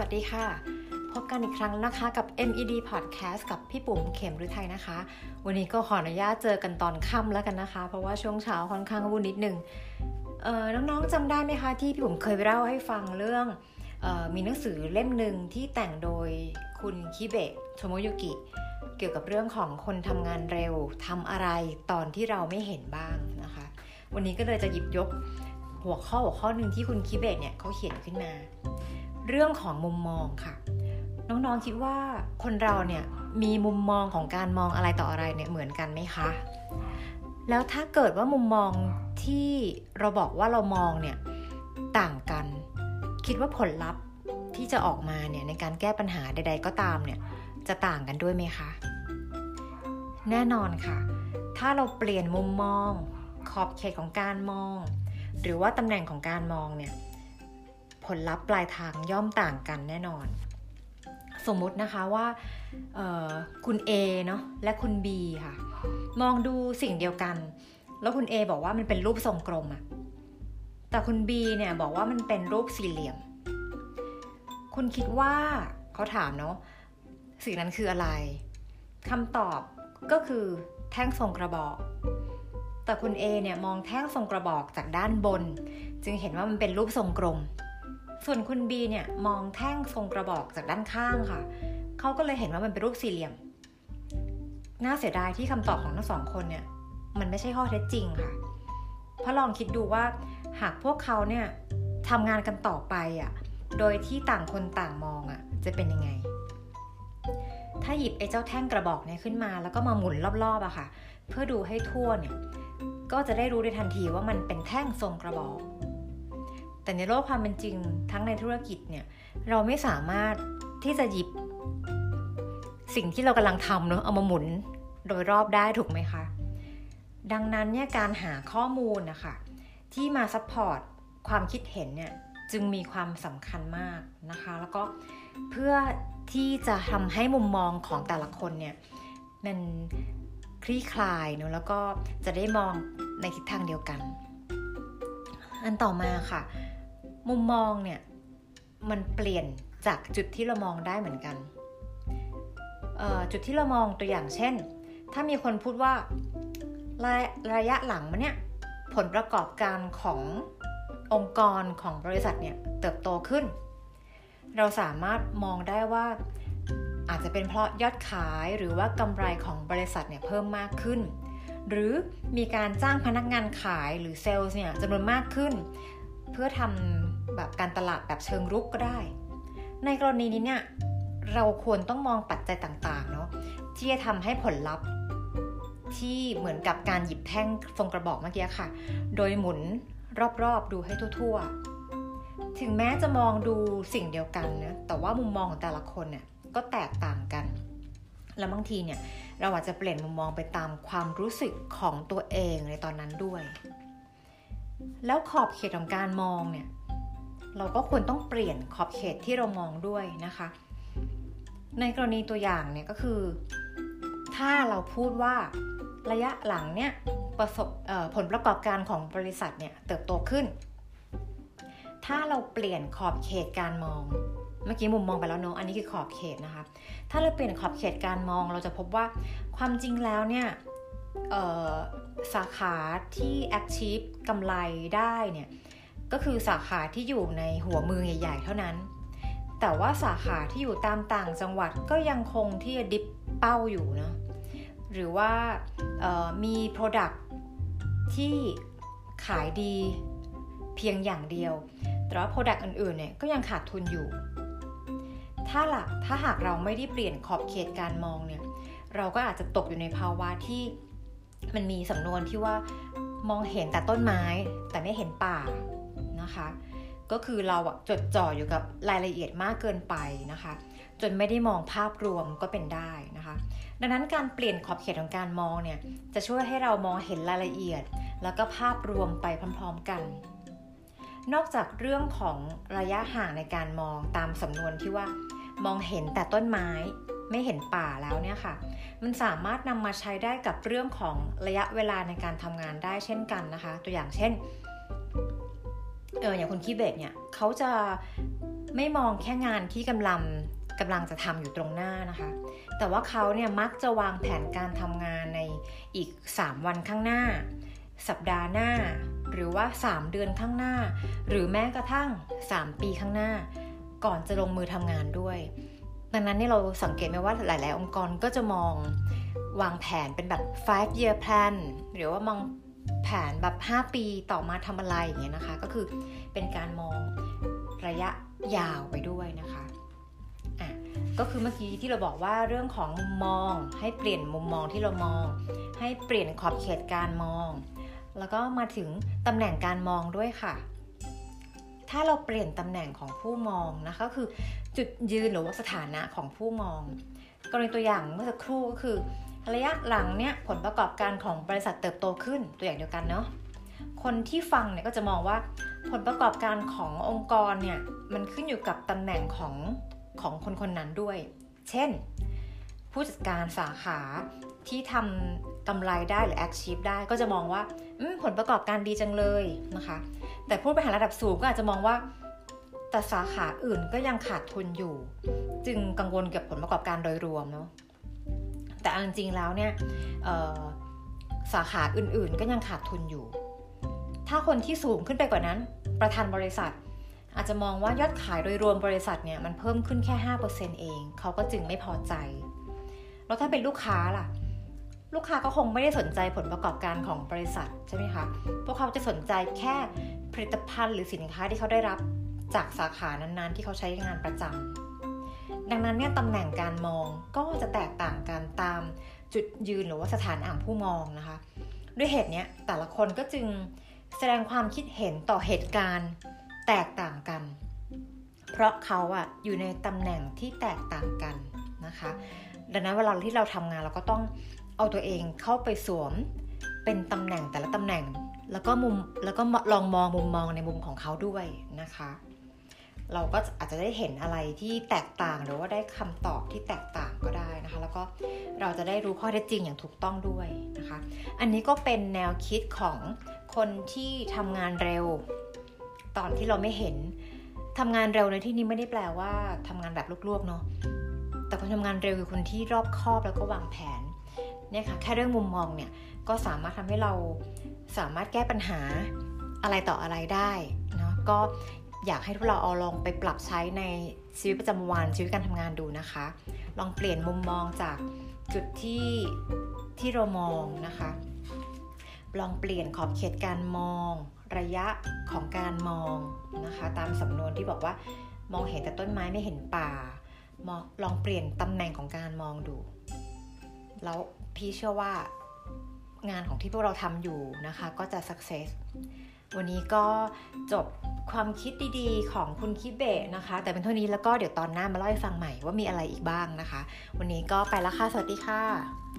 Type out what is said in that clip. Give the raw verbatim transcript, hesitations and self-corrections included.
สดีค่ะพบกันอีกครั้งนะคะกับ เอ็ม อี ดี Podcast กับพี่ปุ๋มเข็มฤทัยนะคะวันนี้ก็ขออนุญาตเจอกันตอนค่ำแล้วกันนะคะเพราะว่าช่วงเช้าค่อนข้างวุ่นนิดนึงเอ่อน้องๆจำได้ไหมคะที่พี่ปุ๋มเคยไปเล่าให้ฟังเรื่องเอ่อมีหนังสือเล่มหนึ่งที่แต่งโดยคุณคิเบะโทโมยุกิเกี่ยวกับเรื่องของคนทำงานเร็วทำอะไรตอนที่เราไม่เห็นบ้างนะคะวันนี้ก็เลยจะหยิบยกหัวข้อหัวข้อหนึ่งที่คุณคิเบะเนี่ยเขาเขียนขึ้นมาเรื่องของมุมมองค่ะน้องๆคิดว่าคนเราเนี่ยมีมุมมองของการมองอะไรต่ออะไรเนี่ยเหมือนกันไหมคะแล้วถ้าเกิดว่ามุมมองที่เราบอกว่าเรามองเนี่ยต่างกันคิดว่าผลลัพธ์ที่จะออกมาเนี่ยในการแก้ปัญหาใดๆก็ตามเนี่ยจะต่างกันด้วยไหมคะแน่นอนค่ะถ้าเราเปลี่ยนมุมมองขอบเขตของการมองหรือว่าตำแหน่งของการมองเนี่ยผลลัพธ์ปลายทางย่อมต่างกันแน่นอนสมมุตินะคะว่าคุณ A เนาะและคุณ B ค่ะมองดูสิ่งเดียวกันแล้วคุณ A บอกว่ามันเป็นรูปทรงกลมอะแต่คุณ B เนี่ยบอกว่ามันเป็นรูปสี่เหลี่ยมคุณคิดว่าเขาถามเนาะสิ่งนั้นคืออะไรคำตอบก็คือแท่งทรงกระบอกแต่คุณ A เนี่ยมองแท่งทรงกระบอกจากด้านบนจึงเห็นว่ามันเป็นรูปทรงกลมส่วนคุณ B เนี่ยมองแท่งทรงกระบอกจากด้านข้างค่ะเขาก็เลยเห็นว่ามันเป็นรูปสี่เหลี่ยมน่าเสียดายที่คำตอบของทั้งสองคนเนี่ยมันไม่ใช่ข้อเท็จจริงค่ะเพราะลองคิดดูว่าหากพวกเขาเนี่ยทำงานกันต่อไปอ่ะโดยที่ต่างคนต่างมองอ่ะจะเป็นยังไงถ้าหยิบไอ้เจ้าแท่งกระบอกเนี่ยขึ้นมาแล้วก็มาหมุนรอบๆอะค่ะเพื่อดูให้ทั่วเนี่ยก็จะได้รู้ได้ทันทีว่ามันเป็นแท่งทรงกระบอกแต่ในโลกความเป็นจริงทั้งในธุรกิจเนี่ยเราไม่สามารถที่จะหยิบสิ่งที่เรากำลังทำเนอะเอามาหมุนโดยรอบได้ถูกไหมคะดังนั้นเนี่ยการหาข้อมูลนะคะที่มาซัพพอร์ตความคิดเห็นเนี่ยจึงมีความสำคัญมากนะคะแล้วก็เพื่อที่จะทำให้มุมมองของแต่ละคนเนี่ยมันคลี่คลายเนอะแล้วก็จะได้มองในทิศทางเดียวกันอันต่อมาค่ะมุมมองเนี่ยมันเปลี่ยนจากจุดที่เรามองได้เหมือนกันจุดที่เรามองตัวอย่างเช่นถ้ามีคนพูดว่าระระยะหลังมาเนี่ยผลประกอบการขององค์กรของบริษัทเนี่ยเติบโตขึ้นเราสามารถมองได้ว่าอาจจะเป็นเพราะยอดขายหรือว่ากำไรของบริษัทเนี่ยเพิ่มมากขึ้นหรือมีการจ้างพนักงานขายหรือเซลล์เนี่ยจำนวนมากขึ้นเพื่อทำแบบการตลาดแบบเชิงรุกก็ได้ในกรณีนี้เนี่ยเราควรต้องมองปัจจัยต่างๆเนาะที่จะทำให้ผลลัพธ์ที่เหมือนกับการหยิบแท่งทรงกระบอกเมื่อกี้ค่ะโดยหมุนรอบๆดูให้ทั่วๆถึงแม้จะมองดูสิ่งเดียวกันนะแต่ว่ามุมมองของแต่ละคนเนี่ยก็แตกต่างกันแล้วบางทีเนี่ยเราอาจจะเปลี่ยนมุมมองไปตามความรู้สึกของตัวเองในตอนนั้นด้วยแล้วขอบเขตของการมองเนี่ยเราก็ควรต้องเปลี่ยนขอบเขตที่เรามองด้วยนะคะในกรณีตัวอย่างเนี่ยก็คือถ้าเราพูดว่าระยะหลังเนี่ยประสบผลประกอบการของบริษัทเนี่ยเติบโตขึ้นถ้าเราเปลี่ยนขอบเขตการมองเมื่อกี้มุมมองไปแล้วเนาะอันนี้คือขอบเขตนะคะถ้าเราเปลี่ยนขอบเขตการมองเราจะพบว่าความจริงแล้วเนี่ยสาขาที่ achieve กำไรได้เนี่ยก็คือสาขาที่อยู่ในหัวเมืองใหญ่ๆเท่านั้นแต่ว่าสาขาที่อยู่ตามต่างจังหวัดก็ยังคงที่จะดิฟเป้าอยู่เนาะหรือว่ามี product ที่ขายดีเพียงอย่างเดียวแต่ว่า product อื่นๆเนี่ยก็ยังขาดทุนอยู่ถ้าล่ะถ้าหากเราไม่ได้เปลี่ยนขอบเขตการมองเนี่ยเราก็อาจจะตกอยู่ในภาวะที่มันมีสำนวนที่ว่ามองเห็นแต่ต้นไม้แต่ไม่เห็นป่านะคะก็คือเราจดจ่ออยู่กับรายละเอียดมากเกินไปนะคะจนไม่ได้มองภาพรวมก็เป็นได้นะคะดังนั้นการเปลี่ยนขอบเขตของการมองเนี่ยจะช่วยให้เรามองเห็นรายละเอียดแล้วก็ภาพรวมไปพร้อมๆกันนอกจากเรื่องของระยะห่างในการมองตามสำนวนที่ว่ามองเห็นแต่ต้นไม้ไม่เห็นป่าแล้วเนี่ยค่ะมันสามารถนำมาใช้ได้กับเรื่องของระยะเวลาในการทำงานได้เช่นกันนะคะตัวอย่างเช่นเอออย่างคุณคิเบะเนี่ยเขาจะไม่มองแค่งานที่กำลังกำลังจะทำอยู่ตรงหน้านะคะแต่ว่าเขาเนี่ยมักจะวางแผนการทำงานในอีกสามวันข้างหน้าสัปดาห์หน้าหรือว่าสามเดือนข้างหน้าหรือแม้กระทั่งสามปีข้างหน้าก่อนจะลงมือทำงานด้วยดังนั้นเนี่ยเราสังเกตไหมว่าหลายๆองค์กรก็จะมองวางแผนเป็นแบบ five year plan หรือว่ามองแผนแบบห้าปีต่อมาทำอะไรอย่างเงี้ยนะคะก็คือเป็นการมองระยะยาวไปด้วยนะคะอ่ะก็คือเมื่อกี้ที่เราบอกว่าเรื่องของมุมมองให้เปลี่ยนมุมมองที่เรามองให้เปลี่ยนขอบเขตการมองแล้วก็มาถึงตำแหน่งการมองด้วยค่ะถ้าเราเปลี่ยนตำแหน่งของผู้มองนะคะก็คือจุดยืนหรือว่าสถานะของผู้มองกรณีตัวอย่างเมื่อสักครู่ก็คือระยะหลังเนี่ยผลประกอบการของบริษัทเติบโตขึ้นตัวอย่างเดียวกันเนาะคนที่ฟังเนี่ยก็จะมองว่าผลประกอบการขององค์กรเนี่ยมันขึ้นอยู่กับตำแหน่งของของคนคนนั้นด้วยเช่นผู้จัดการสาขาที่ทำกำไรได้หรือ achieve ได้ก็จะมองว่าผลประกอบการดีจังเลยนะคะแต่ผู้บริหารระดับสูงก็อาจจะมองว่าแต่สาขาอื่นก็ยังขาดทุนอยู่จึงกังวลกับผลประกอบการโดยรวมเนาะแต่จริงๆแล้วเนี่ยสาขาอื่นๆก็ยังขาดทุนอยู่ถ้าคนที่สูงขึ้นไปกว่านั้นประธานบริษัทอาจจะมองว่ายอดขายโดยรวมบริษัทเนี่ยมันเพิ่มขึ้นแค่ ห้าเปอร์เซ็นต์ เองเขาก็จึงไม่พอใจแล้วถ้าเป็นลูกค้าล่ะลูกค้าก็คงไม่ได้สนใจผลประกอบการของบริษัทใช่ไหมคะพวกเขาจะสนใจแค่ผลิตภัณฑ์หรือสินค้าที่เขาได้รับจากสาขานั้นๆที่เขาใช้งานประจำดังนั้นเนี่ยตำแหน่งการมองก็จะแตกต่างกันตามจุดยืนหรือว่าสถานะผู้มองนะคะด้วยเหตุนี้แต่ละคนก็จึงแสดงความคิดเห็นต่อเหตุการณ์แตกต่างกันเพราะเขาอะอยู่ในตำแหน่งที่แตกต่างกันนะคะดังนั้นเวลาที่เราทำงานเราก็ต้องเอาตัวเองเข้าไปสวมเป็นตำแหน่งแต่ละตำแหน่งแล้วก็มุมแล้วก็ลองมองมุมมองในมุมของเขาด้วยนะคะเราก็อาจจะได้เห็นอะไรที่แตกต่างหรือว่าได้คำตอบที่แตกต่างก็ได้นะคะแล้วก็เราจะได้รู้ข้อเท็จจริงอย่างถูกต้องด้วยนะคะอันนี้ก็เป็นแนวคิดของคนที่ทำงานเร็วตอนที่เราไม่เห็นทำงานเร็วในที่นี้ไม่ได้แปลว่าทำงานแบบลวกๆเนาะแต่คนทำงานเร็วคือคนที่รอบคอบแล้วก็วางแผนเนี่ยค่ะแค่เรื่องมุมมองเนี่ยก็สามารถทำให้เราสามารถแก้ปัญหาอะไรต่ออะไรได้เนาะก็อยากให้ทุกเราเอาลองไปปรับใช้ในชีวิตประจำวันชีวิตการทำงานดูนะคะลองเปลี่ยนมุมมองจากจุดที่ที่เรามองนะคะลองเปลี่ยนขอบเขตการมองระยะของการมองนะคะตามสำนวนที่บอกว่ามองเห็นแต่ต้นไม้ไม่เห็นป่ามองลองเปลี่ยนตำแหน่งของการมองดูแล้วพี่เชื่อว่างานของที่พวกเราทำอยู่นะคะก็จะ success วันนี้ก็จบความคิดดีๆของคุณคิเบะนะคะแต่เป็นเท่านี้แล้วก็เดี๋ยวตอนหน้ามาเล่าให้ฟังใหม่ว่ามีอะไรอีกบ้างนะคะวันนี้ก็ไปแล้วค่ะสวัสดีค่ะ